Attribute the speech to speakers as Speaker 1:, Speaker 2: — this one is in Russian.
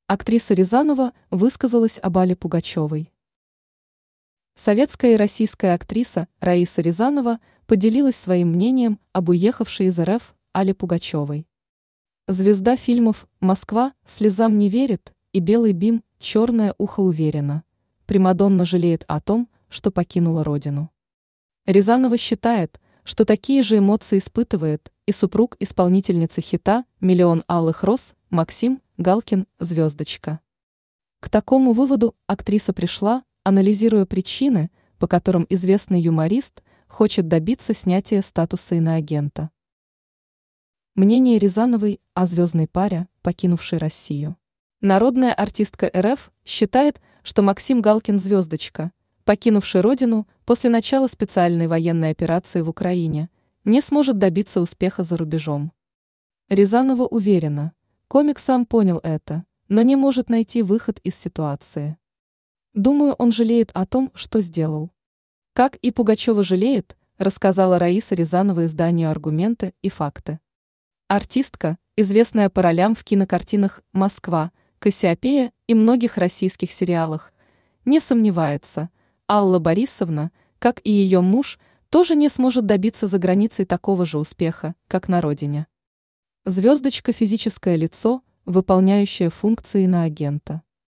Speaker 1: Актриса Рязанова высказалась об Алле Пугачевой. Советская и российская актриса Раиса Рязанова поделилась своим мнением об уехавшей из РФ Алле Пугачевой. Звезда фильмов «Москва» слезам не верит и «Белый бим. Черное ухо» уверена. Примадонна жалеет о том, что покинула родину. Рязанова считает, что такие же эмоции испытывает и супруг исполнительницы хита «Миллион алых роз» Максим Галкин «Звездочка». К такому выводу актриса пришла, анализируя причины, по которым известный юморист хочет добиться снятия статуса иноагента. Мнение Рязановой о звездной паре, покинувшей Россию. Народная артистка РФ считает, что Максим Галкин «Звездочка», покинувший родину после начала специальной военной операции в Украине, не сможет добиться успеха за рубежом. Рязанова уверена, комик сам понял это, но не может найти выход из ситуации. Думаю, он жалеет о том, что сделал. Как и Пугачева жалеет, рассказала Раиса Рязанова изданию «Аргументы и факты». Артистка, известная по ролям в кинокартинах «Москва», «Кассиопея» и многих российских сериалах, не сомневается, Алла Борисовна, как и ее муж, тоже не сможет добиться за границей такого же успеха, как на родине. Звездочка – физическое лицо, выполняющее функции иноагента.